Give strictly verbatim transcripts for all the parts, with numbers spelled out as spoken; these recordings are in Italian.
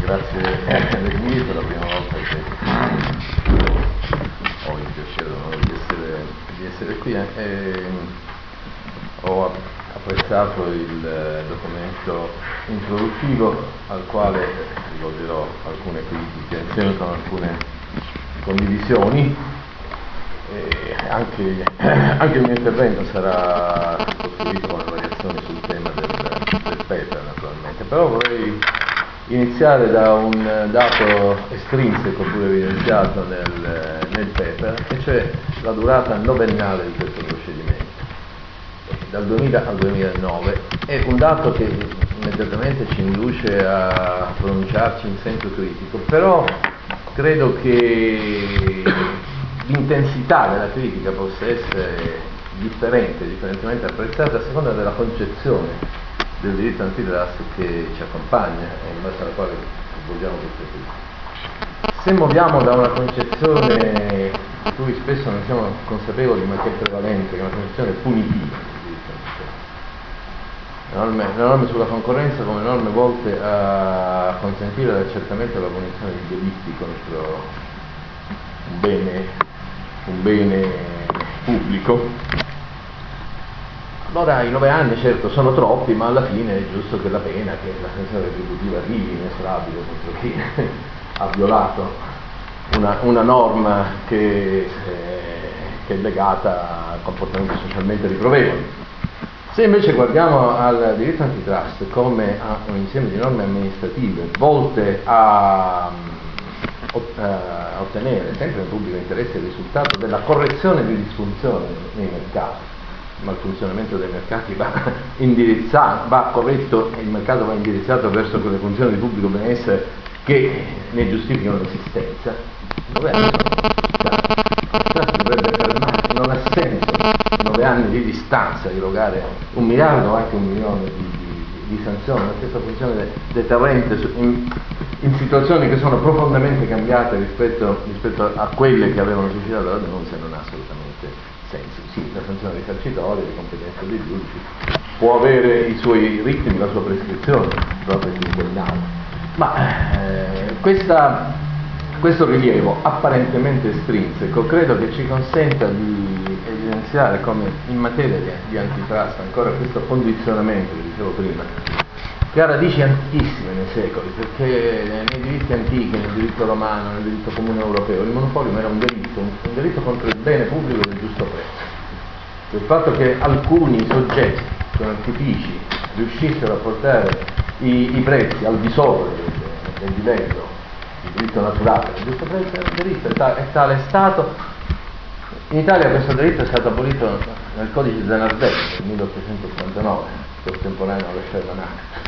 grazie del Ministro, è la prima volta che ho il piacere di essere, di essere qui. Eh, ho apprezzato il documento introduttivo al quale rivolgerò alcune critiche insieme con alcune condivisioni. E anche, anche il mio intervento sarà costruito con le variazioni sul tema del, del paper, naturalmente, però vorrei iniziare da un dato estrinseco pure evidenziato nel, nel paper, e cioè la durata novennale di questo procedimento, dal duemila al duemilanove. È un dato che immediatamente ci induce a pronunciarci in senso critico, però credo che l'intensità della critica possa essere differente, differentemente apprezzata a seconda della concezione del diritto antitrust che ci accompagna e in base alla quale svolgiamo queste critiche. Se muoviamo da una concezione di cui spesso non siamo consapevoli ma che è prevalente, che è una concezione punitiva del diritto antitrust, le norme, le norme sulla concorrenza come norme volte a consentire l'accertamento della punizione di delitti contro un bene un bene pubblico, allora i nove anni certo sono troppi, ma alla fine è giusto che la pena, che la sanzione retributiva arrivi inesorabile contro chi ha violato una, una norma che, eh, che è legata a comportamenti socialmente riprovevoli. Se invece guardiamo al diritto antitrust come a un insieme di norme amministrative volte a a ottenere sempre nel pubblico interesse il risultato della correzione di disfunzioni nei mercati, il malfunzionamento dei mercati va indirizzato, va corretto, il mercato va indirizzato verso quelle funzioni di pubblico benessere che ne giustificano l'esistenza, dove dovrebbe fermare, non ha senso nove anni di distanza erogare un miliardo o anche un milione di, di, di sanzioni, la stessa funzione de, deterrente su, in, in situazioni che sono profondamente cambiate rispetto, rispetto a quelle che avevano suscitato la denuncia non ha assolutamente senso. Sì, la sanzione risarcitoria, di competenza dei giudici, può avere i suoi ritmi, la sua prescrizione proprio quinquennale, ma eh, questa, questo rilievo apparentemente estrinseco credo che ci consenta di evidenziare come in materia di, di antitrust ancora questo condizionamento che dicevo prima, che ha radici antichissime nei secoli, perché nei diritti antichi, nel diritto romano, nel diritto comune europeo, il monopolio era un delitto, un, un delitto contro il bene pubblico del giusto prezzo. Il fatto che alcuni soggetti con artifici riuscissero a portare i, i prezzi al di sopra del, del livello di diritto naturale del giusto prezzo è un delitto, è, ta, è tale stato. In Italia questo delitto è stato abolito nel codice Zanardelli del milleottocentottantanove, contemporaneo allo Sherman Act.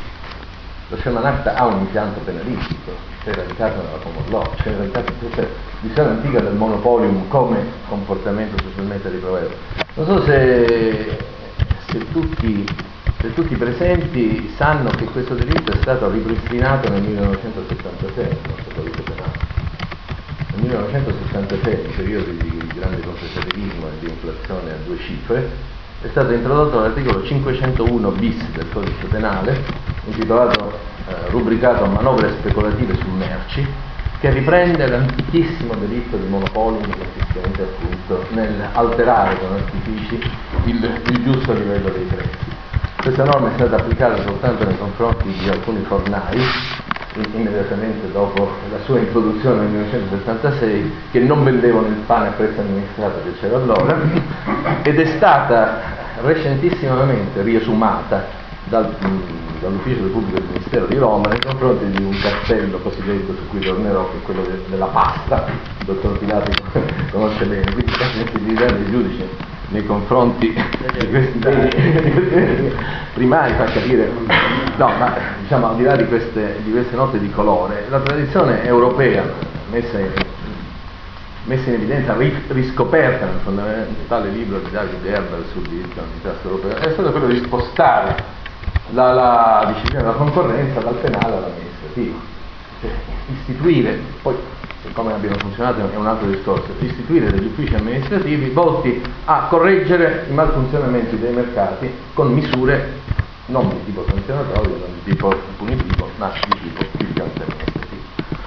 Lo Sherman Act ha un impianto penalistico, c'è radicato nella common law, c'è radicato in tutta la visione antica del monopolium come comportamento socialmente riprovevole. Non so se, se, tutti, se tutti i presenti sanno che questo delitto è stato ripristinato nel millenovecentosettantasei, nel nostro codice penale. Nel millenovecentosettantasei, in periodo di grande conservativismo e di inflazione a due cifre, è stato introdotto l'articolo cinquecentouno bis del codice penale, intitolato, eh, rubricato manovre speculative su merci, che riprende l'antichissimo delitto di monopolio che consistente appunto nell'alterare con artifici il, il giusto livello dei prezzi. Questa norma è stata applicata soltanto nei confronti di alcuni fornai, immediatamente dopo la sua introduzione nel millenovecentosettantasei, che non vendevano il pane a prezzo amministrato che c'era allora, ed è stata recentissimamente riesumata dal, dall'ufficio del pubblico del Ministero di Roma nei confronti di un castello cosiddetto, su cui tornerò, che è quello de, della pasta. Il dottor Pilati conosce bene, quindi la sensibilità dei giudici nei confronti di questi beni primari fa capire, no, ma diciamo al di là di queste, di queste note di colore, la tradizione europea messa in, messa in evidenza, riscoperta nel fondamentale libro di David Herber sul diritto antitrust europeo, è stato quello di spostare la, la disciplina della concorrenza dal penale all'amministrativo, cioè istituire, poi come abbiano funzionato è un altro discorso, istituire degli uffici amministrativi volti a correggere i malfunzionamenti dei mercati con misure non di tipo sanzionatorio, non di tipo punitivo, ma di tipo fiscale.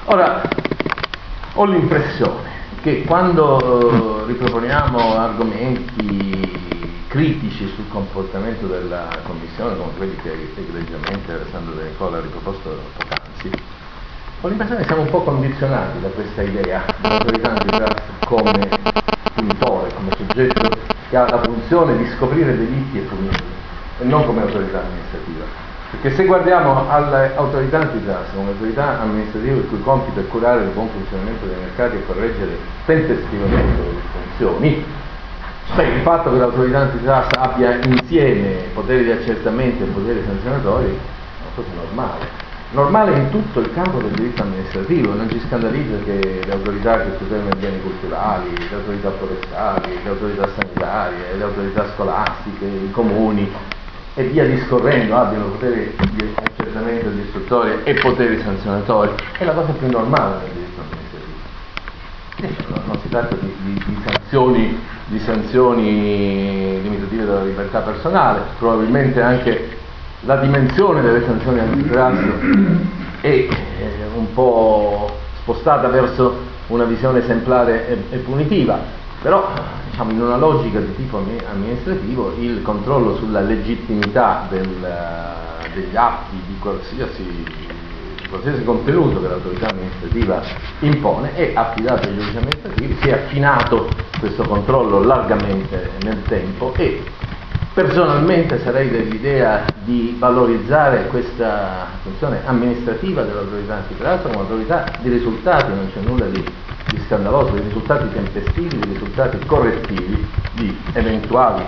Ora, ho l'impressione che quando riproponiamo argomenti critici sul comportamento della Commissione, come quelli che egregiamente Alessandro De Nicola ha riproposto poc'anzi, ho l'impressione che siamo un po' condizionati da questa idea dell'autorità antitrust come punitore, come soggetto che ha la funzione di scoprire delitti e punirli, e non come autorità amministrativa. Perché se guardiamo all'autorità antitrust come autorità amministrativa il cui compito è curare il buon funzionamento dei mercati e correggere tempestivamente le disfunzioni, beh, il fatto che l'autorità antitrust abbia insieme poteri di accertamento e poteri sanzionatori è una cosa normale. Normale in tutto il campo del diritto amministrativo, non ci scandalizza che le autorità che tutelano i beni culturali, le autorità forestali, le autorità sanitarie, le autorità scolastiche, i comuni e via discorrendo abbiano poteri di accertamento e di istruttoria e poteri sanzionatori. È la cosa più normale del diritto amministrativo. Non, non si tratta di, di, di sanzioni di sanzioni limitative della libertà personale, probabilmente anche la dimensione delle sanzioni antitrust è eh, un po' spostata verso una visione esemplare e, e punitiva, però diciamo, in una logica di tipo amministrativo il controllo sulla legittimità del, degli atti di qualsiasi, di qualsiasi contenuto che l'autorità amministrativa impone è affidato ai giudici amministrativi. Si è affinato questo controllo largamente nel tempo e personalmente sarei dell'idea di valorizzare questa funzione amministrativa dell'autorità antitrust come autorità di risultati, non c'è nulla di, di scandaloso, di risultati tempestivi, di risultati correttivi di eventuali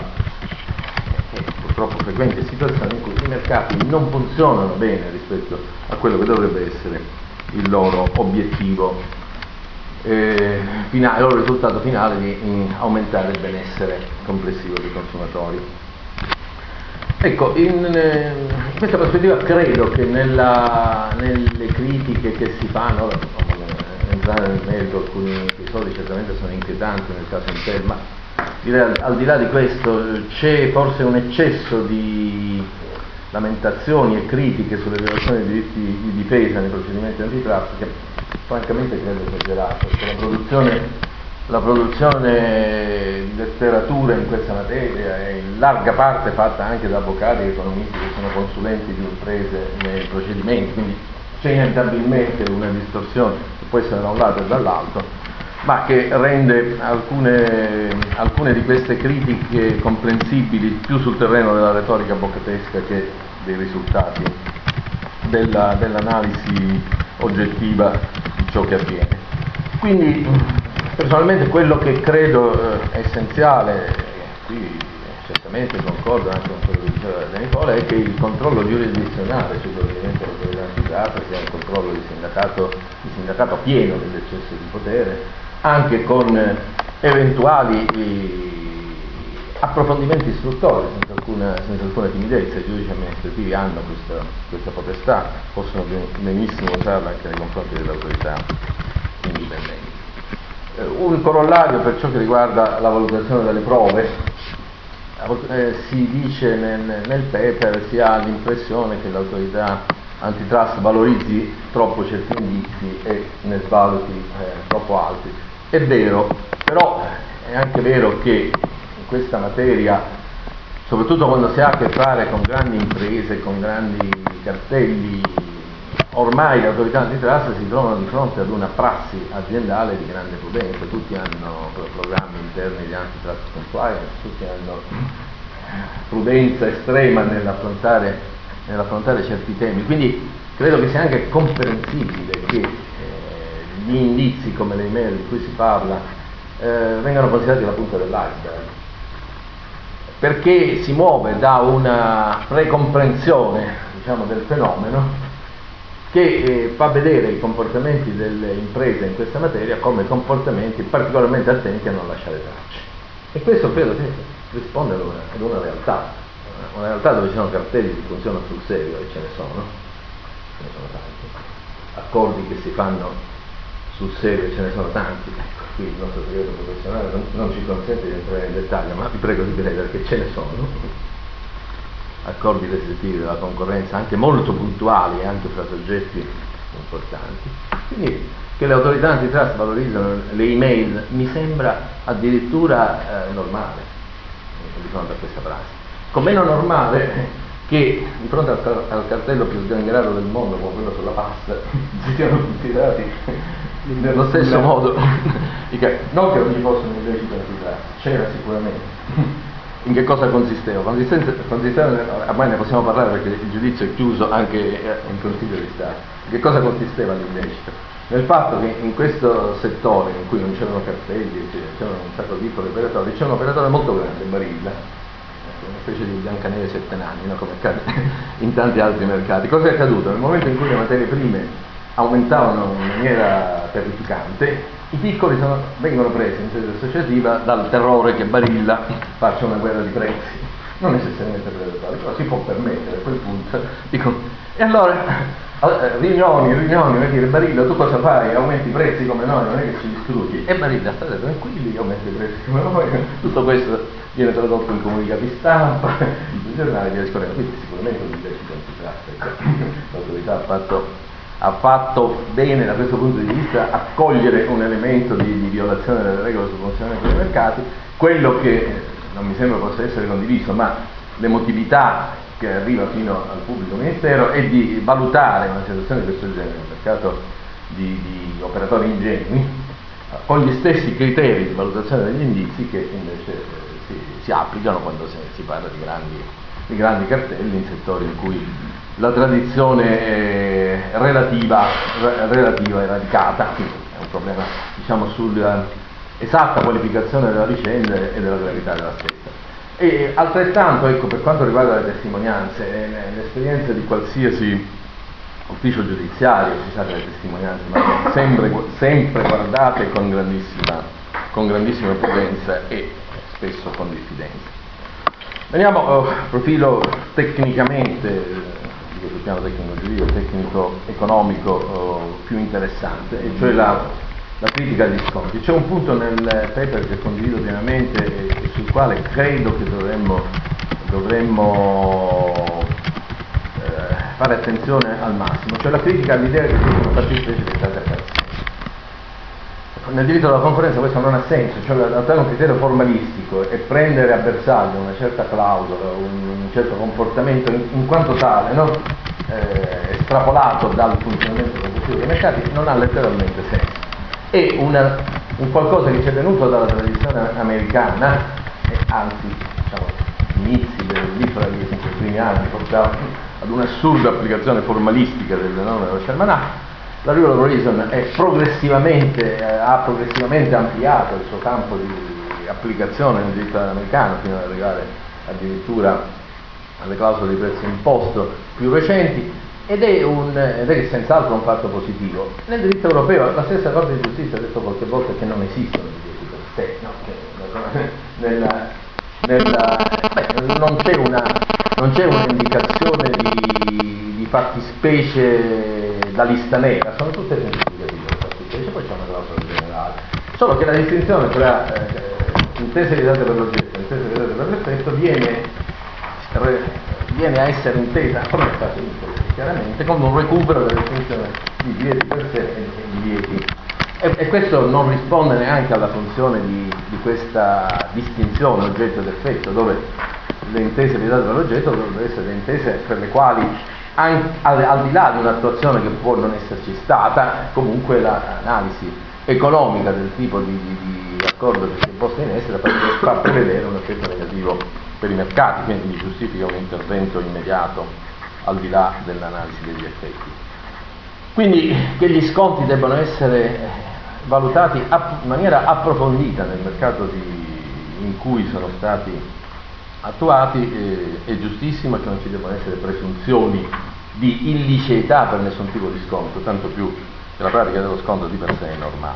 e purtroppo frequenti situazioni in cui i mercati non funzionano bene rispetto a quello che dovrebbe essere il loro obiettivo eh, finale, il loro risultato finale di in, aumentare il benessere complessivo dei consumatori. Ecco, in, in questa prospettiva credo che nella, nelle critiche che si fanno, ora non voglio entrare nel merito, alcuni episodi certamente sono inquietanti nel caso Intel, ma direi, al, al di là di questo c'è forse un eccesso di lamentazioni e critiche sulle violazioni dei diritti di difesa nei procedimenti antitrust che francamente credo esagerato, perché la produzione La produzione di letteratura in questa materia è in larga parte fatta anche da avvocati e economisti che sono consulenti di imprese nei procedimenti, quindi c'è inevitabilmente una distorsione che può essere da un lato e dall'altro, ma che rende alcune, alcune di queste critiche comprensibili più sul terreno della retorica boccatesca che dei risultati della, dell'analisi oggettiva di ciò che avviene. Quindi personalmente quello che credo eh, essenziale, e qui certamente concordo anche con quello che diceva De Nicola, è che il controllo giurisdizionale sui provvedimenti dell'autorità antitrust sia un controllo di sindacato, di sindacato pieno dell'eccesso di potere, anche con eventuali eh, approfondimenti istruttori, senza alcuna, senza alcuna timidezza. I giudici amministrativi hanno questa, questa potestà, possono benissimo usarla anche nei confronti dell'autorità indipendente. Un corollario per ciò che riguarda la valutazione delle prove, eh, si dice nel, nel paper, si ha l'impressione che l'autorità antitrust valorizzi troppo certi indizi e ne svaluti eh, troppo altri. È vero, però è anche vero che in questa materia, soprattutto quando si ha a che fare con grandi imprese, con grandi cartelli, ormai le autorità antitrust si trovano di fronte ad una prassi aziendale di grande prudenza, tutti hanno programmi interni di antitrust compliance, tutti hanno prudenza estrema nell'affrontare, nell'affrontare certi temi, quindi credo che sia anche comprensibile che eh, gli indizi come le email di cui si parla eh, vengano considerati la punta dell'iceberg, perché si muove da una precomprensione, diciamo, del fenomeno che eh, fa vedere i comportamenti delle imprese in questa materia come comportamenti particolarmente attenti a non lasciare tracce. E questo credo che risponde ad una, ad una realtà, una realtà dove ci sono cartelli che funzionano sul serio, e ce ne sono, ce ne sono tanti, accordi che si fanno sul serio, ce ne sono tanti. Ecco, qui il nostro segreto professionale non, non ci consente di entrare in dettaglio, ma vi prego di credere che ce ne sono. Accordi restrittivi della concorrenza anche molto puntuali, anche fra soggetti importanti. Quindi che le autorità antitrust valorizzano le email mi sembra addirittura eh, normale di fronte a questa prassi. Come meno normale che di fronte al, al cartello più sgangherato del mondo, come quello sulla pasta, si siano considerati nello stesso modo, non che non ci fosse un illecito antitrust, c'era sicuramente. In che cosa consisteva? Consisteva, ormai ne possiamo parlare perché il giudizio è chiuso anche in Consiglio di Stato. In che cosa consisteva l'illecito? Nel fatto che in questo settore in cui non c'erano cartelli, c'erano un sacco di piccoli operatori, c'è un operatore molto grande, Barilla, una specie di Biancaneve sette nani, no? Come accade in tanti altri mercati. Cosa è accaduto? Nel momento in cui le materie prime aumentavano in maniera terrificante, i piccoli sono, vengono presi in sede associativa dal terrore che Barilla faccia una guerra di prezzi, non necessariamente predatoria, però si può permettere a quel punto. Dico, e allora riunioni, riunioni, per dire Barilla tu cosa fai? Aumenti i prezzi come noi, non è che ci distruggi. E Barilla state tranquilli, aumenti i prezzi come noi. Tutto questo viene tradotto in comunicati stampa, sui giornali e via discorrendo. Quindi sicuramente un illecito antitrust. L'autorità ha fatto ha fatto bene da questo punto di vista a cogliere un elemento di, di violazione delle regole sul funzionamento dei mercati. Quello che non mi sembra possa essere condiviso, ma l'emotività che arriva fino al pubblico ministero è di valutare una situazione di questo genere, un mercato di, di operatori ingenui, con gli stessi criteri di valutazione degli indizi che invece si, si applicano quando si, si parla di grandi, di grandi cartelli in settori in cui la tradizione è relativa, relativa e radicata, quindi è un problema diciamo sull'esatta qualificazione della vicenda e della gravità della stessa. E altrettanto, ecco, per quanto riguarda le testimonianze, l'esperienza di qualsiasi ufficio giudiziario, si sa che le testimonianze ma sempre, sempre guardate con grandissima, con grandissima prudenza e spesso con diffidenza. Veniamo al uh, profilo tecnicamente sul piano tecnico-giuridico, tecnico-economico uh, più interessante, e cioè la, la critica agli sconti. C'è un punto nel paper che condivido pienamente e, e sul quale credo che dovremmo, dovremmo eh, fare attenzione al massimo, cioè la critica all'idea che esistono fattispecie dettate a cazzo. Nel diritto della concorrenza questo non ha senso, cioè adottare un criterio formalistico e prendere a bersaglio una certa clausola, un, un certo comportamento in, in quanto tale, no? eh, estrapolato dal funzionamento complessivo dei mercati, non ha letteralmente senso. È una, un qualcosa che ci è venuto dalla tradizione americana, e anzi diciamo, gli inizi dell'Ifra dei primi anni portavano ad un'assurda applicazione formalistica delle norme dello Sherman Act. La Rule of Reason è progressivamente, eh, ha progressivamente ampliato il suo campo di, di applicazione nel diritto americano fino ad arrivare addirittura alle clausole di prezzo imposto più recenti, ed è, un, ed è senz'altro un fatto positivo. Nel diritto europeo la stessa Corte di Giustizia ha detto qualche volta che non esistono i divieti per sé, no? Che nella, nella, beh, non c'è una non c'è un'indicazione di, di fattispecie da lista nera, sono tutte semplificative le fattispecie, poi c'è una clausola generale, solo che la distinzione tra eh, intese vietate per l'oggetto e intese vietate per l'effetto viene, re, viene a essere intesa, come è stato inteso chiaramente, come un recupero della distinzione di divieti per sé e di divieti. E, e questo non risponde neanche alla funzione di, di questa distinzione oggetto ed effetto, dove le intese vietate per l'oggetto dovrebbero essere le intese per le quali, anche, al, al di là di un'attuazione che può non esserci stata, comunque l'analisi economica del tipo di, di, di accordo che si è posto in essere fa prevedere un effetto negativo per i mercati, quindi giustifica un intervento immediato al di là dell'analisi degli effetti. Quindi che gli sconti debbano essere valutati in maniera approfondita nel mercato di, in cui sono stati attuati eh, è giustissimo che non ci debbano essere presunzioni di illiceità per nessun tipo di sconto, tanto più che la pratica dello sconto di per sé è normale.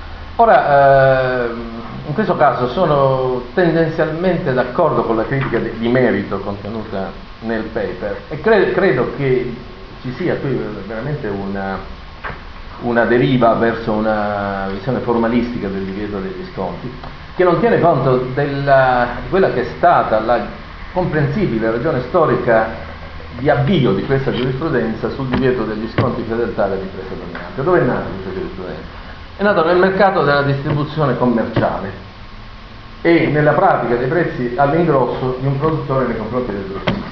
Ora, eh, in questo caso sono tendenzialmente d'accordo con la critica di, di merito contenuta nel paper e cre- credo che ci sia qui veramente una, una deriva verso una visione formalistica del divieto degli sconti, che non tiene conto della, di quella che è stata la comprensibile ragione storica di avvio di questa giurisprudenza sul divieto degli sconti fedeltari di impresa dominante. Dove è nata questa giurisprudenza? È nata nel mercato della distribuzione commerciale e nella pratica dei prezzi all'ingrosso di un produttore nei confronti del grossista.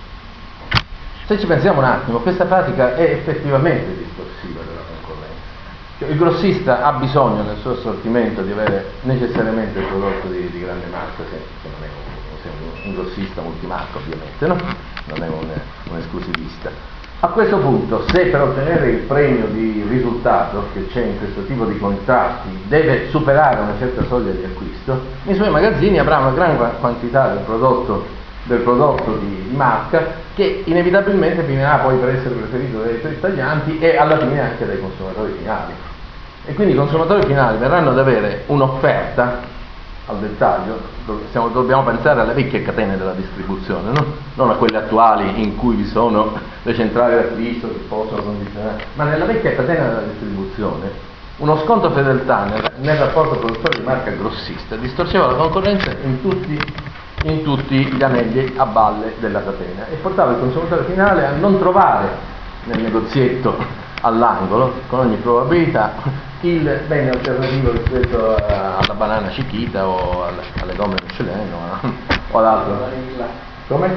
Se ci pensiamo un attimo, questa pratica è effettivamente distorsiva della concorrenza. Cioè, il grossista ha bisogno nel suo assortimento di avere necessariamente il prodotto di, di grande marca, se, se non è un, se un, un grossista multimarca ovviamente, no? Non è un, un esclusivista. A questo punto, se per ottenere il premio di risultato che c'è in questo tipo di contratti deve superare una certa soglia di acquisto, nei suoi magazzini avrà una gran quantità del prodotto, del prodotto di, di marca che inevitabilmente finirà poi per essere preferito dai suoi taglianti e alla fine anche dai consumatori finali. E quindi i consumatori finali verranno ad avere un'offerta al dettaglio, siamo, dobbiamo pensare alle vecchie catene della distribuzione, no? Non a quelle attuali in cui vi sono le centrali d'acquisto che possono condizionare, ma nella vecchia catena della distribuzione uno sconto fedeltà nel, nel rapporto produttore di marca grossista distorceva la concorrenza in tutti, in tutti gli anelli a valle della catena e portava il consumatore finale a non trovare nel negozietto all'angolo, con ogni probabilità, il bene alternativo rispetto alla banana Chiquita o alle, alle gomme Michelin o, o all'altro. Come?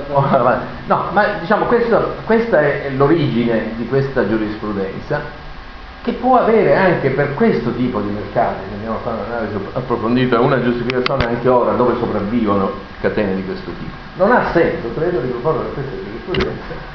No, ma diciamo questo, questa è l'origine di questa giurisprudenza che può avere anche per questo tipo di mercati, se andiamo a fare un'analisi approfondita, una giustificazione anche ora dove sopravvivono catene di questo tipo. Non ha senso, credo, di proporre questa giurisprudenza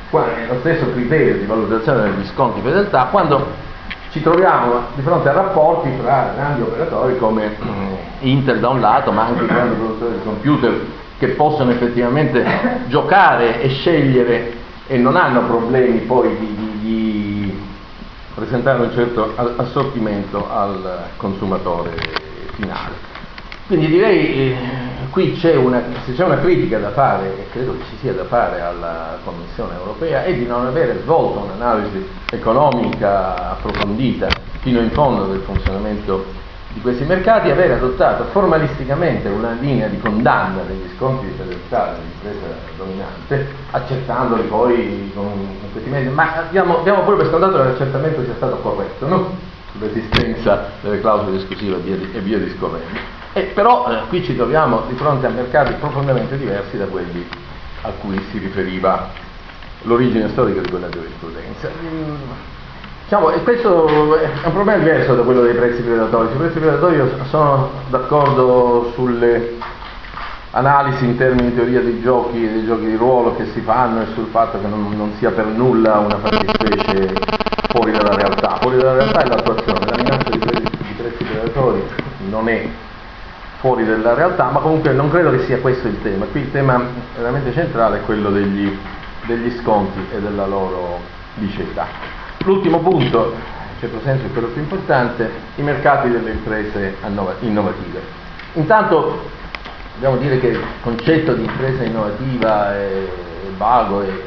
lo stesso criterio di valutazione degli sconti fedeltà quando ci troviamo di fronte a rapporti tra grandi operatori come Intel da un lato, ma anche grandi produttori di computer che possono effettivamente giocare e scegliere e non hanno problemi poi di, di, di presentare un certo assortimento al consumatore finale. Quindi direi eh, qui c'è una, se c'è una critica da fare, e credo che ci sia da fare alla Commissione europea, è di non avere svolto un'analisi economica approfondita fino in fondo del funzionamento di questi mercati, avere adottato formalisticamente una linea di condanna degli sconti di fedeltà dell'impresa dominante, accettandoli poi con, con questi mezzi, ma diamo, diamo pure per scontato che l'accertamento sia stato corretto, no? Sull'esistenza delle clausole esclusive e via, e via discorrendo. E però eh, qui ci troviamo di fronte a mercati profondamente diversi da quelli a cui si riferiva l'origine storica di quella giurisprudenza. Mm, diciamo, e questo è un problema diverso da quello dei prezzi predatori. Sui prezzi predatori io sono d'accordo sulle analisi in termini di teoria dei giochi e dei giochi di ruolo che si fanno e sul fatto che non, non sia per nulla una fattispecie fuori dalla realtà. Fuori dalla realtà è l'attuazione, la minaccia di prezzi, di prezzi predatori non è fuori dalla realtà, ma comunque non credo che sia questo il tema. Qui il tema veramente centrale è quello degli, degli sconti e della loro liceità. L'ultimo punto, in certo senso è quello più importante, i mercati delle imprese innovative. Intanto dobbiamo dire che il concetto di impresa innovativa è, è vago e, e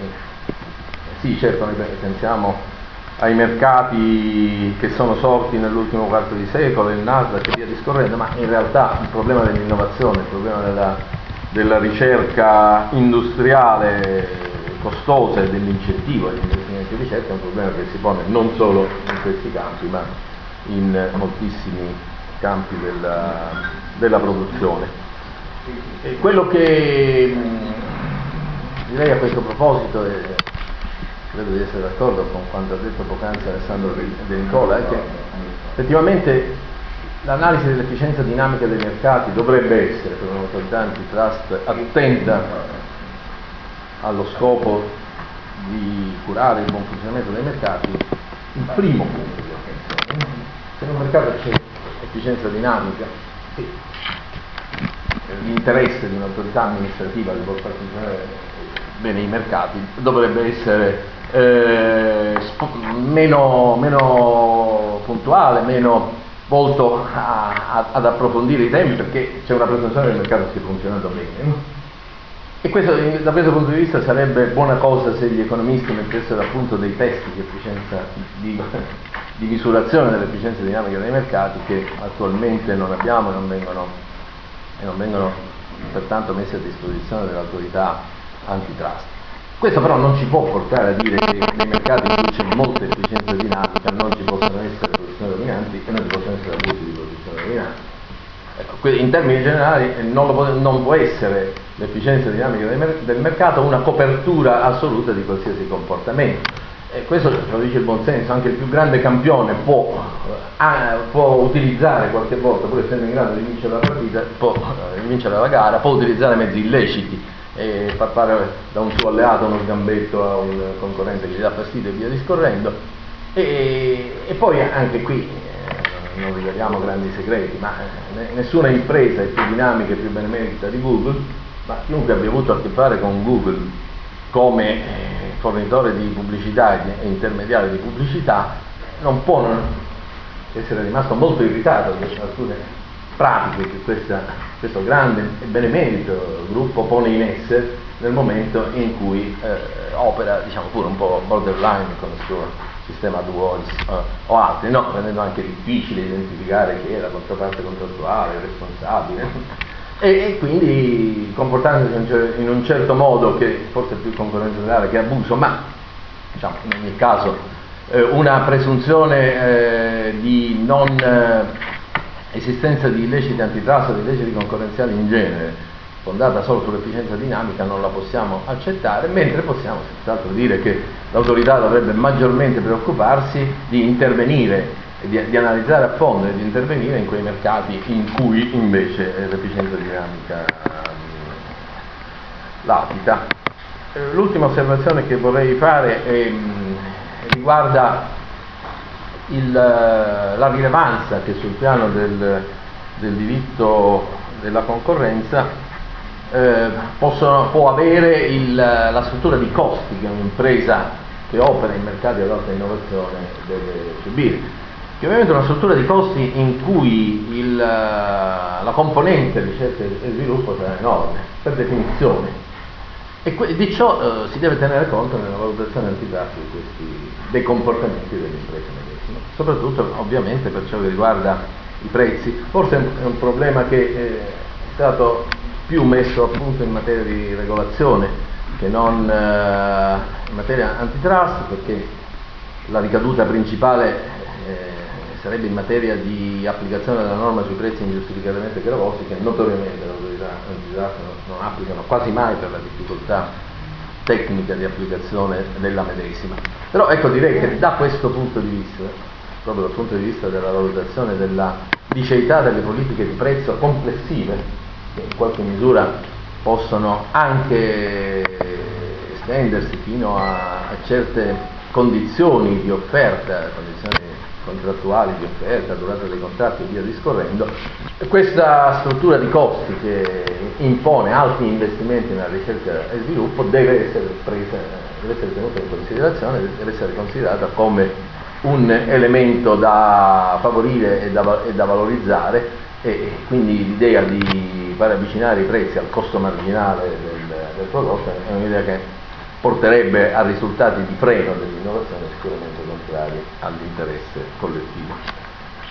sì, certo noi pensiamo ai mercati che sono sorti nell'ultimo quarto di secolo, il Nasdaq e via discorrendo, ma in realtà il problema dell'innovazione, il problema della, della ricerca industriale costosa e dell'incentivo agli investimenti di ricerca è un problema che si pone non solo in questi campi, ma in moltissimi campi della, della produzione. E quello che direi a questo proposito è, credo di essere d'accordo con quanto ha detto poc'anzi Alessandro De Nicola, è che effettivamente l'analisi dell'efficienza dinamica dei mercati dovrebbe essere per un'autorità antitrust attenta allo scopo di curare il buon funzionamento dei mercati, il primo punto di attenzione. Se in un mercato c'è efficienza dinamica, sì, l'interesse di un'autorità amministrativa che vuole far funzionare bene i mercati dovrebbe essere Eh, meno, meno puntuale, meno volto a, a, ad approfondire i temi, perché c'è una presunzione che il mercato stia funzionando bene, no? E questo, da questo punto di vista, sarebbe buona cosa se gli economisti mettessero a punto dei testi di efficienza di, di misurazione dell'efficienza dinamica dei mercati, che attualmente non abbiamo e non vengono, e non vengono pertanto messi a disposizione dell'autorità antitrust. Questo però non ci può portare a dire che nei mercati in cui c'è molta efficienza dinamica non ci possono essere posizioni dominanti e non ci possono essere abusi di posizione dominante. Ecco, in termini generali non, lo può, non può essere l'efficienza dinamica del, mer del mercato una copertura assoluta di qualsiasi comportamento. E questo lo dice il buonsenso, anche il più grande campione può, ah, può utilizzare qualche volta, pur essendo in grado di vincere la partita, può eh, vincere la gara, può utilizzare mezzi illeciti e far fare da un suo alleato uno sgambetto a un concorrente che gli dà fastidio e via discorrendo. E, e poi anche qui eh, non riveliamo grandi segreti, ma eh, nessuna impresa è più dinamica e più benemerita di Google, ma chiunque abbia avuto a che fare con Google come eh, fornitore di pubblicità e intermediario di pubblicità non può non essere rimasto molto irritato da alcune pratiche che questa, questo grande e benemerito gruppo pone in essere nel momento in cui eh, opera, diciamo pure un po' borderline con il suo sistema AdWords eh, o altri, no? Rendendo anche difficile identificare chi è la controparte contrattuale, il responsabile, e, e quindi comportandosi in un certo modo che forse è più concorrenza leale che abuso, ma diciamo in ogni caso eh, una presunzione eh, di non eh, esistenza di illeciti antitrust o di illeciti concorrenziali in genere, fondata solo sull'efficienza dinamica, non la possiamo accettare, mentre possiamo senz'altro dire che l'autorità dovrebbe maggiormente preoccuparsi di intervenire, di, di analizzare a fondo e di intervenire in quei mercati in cui invece l'efficienza dinamica latita. L'ultima osservazione che vorrei fare è, riguarda Il, la rilevanza che sul piano del, del diritto della concorrenza eh, possono, può avere il, la struttura di costi che un'impresa che opera in mercati ad alta innovazione deve subire, che ovviamente è una struttura di costi in cui il, la componente ricerca e sviluppo sarà enorme per definizione, e di ciò eh, si deve tenere conto nella valutazione antitrust di questi, dei comportamenti delle imprese medesime, soprattutto ovviamente per ciò che riguarda i prezzi. Forse è un problema che eh, è stato più messo a punto in materia di regolazione che non eh, in materia antitrust, perché la ricaduta principale eh, sarebbe in materia di applicazione della norma sui prezzi ingiustificatamente gravosi, che notoriamente le autorità antitrust non, non applicano quasi mai per la difficoltà tecnica di applicazione della medesima. Però ecco, direi che da questo punto di vista, proprio dal punto di vista della valutazione della liceità delle politiche di prezzo complessive, che in qualche misura possono anche estendersi fino a, a certe condizioni di offerta, condizioni contrattuali di offerta, durata dei contratti e via discorrendo, questa struttura di costi che impone alti investimenti nella ricerca e sviluppo deve essere presa, deve essere tenuta in considerazione, deve essere considerata come un elemento da favorire e da, e da valorizzare, e quindi l'idea di fare avvicinare i prezzi al costo marginale del, del prodotto è un'idea che porterebbe a risultati di freno dell'innovazione sicuramente contrari all'interesse collettivo.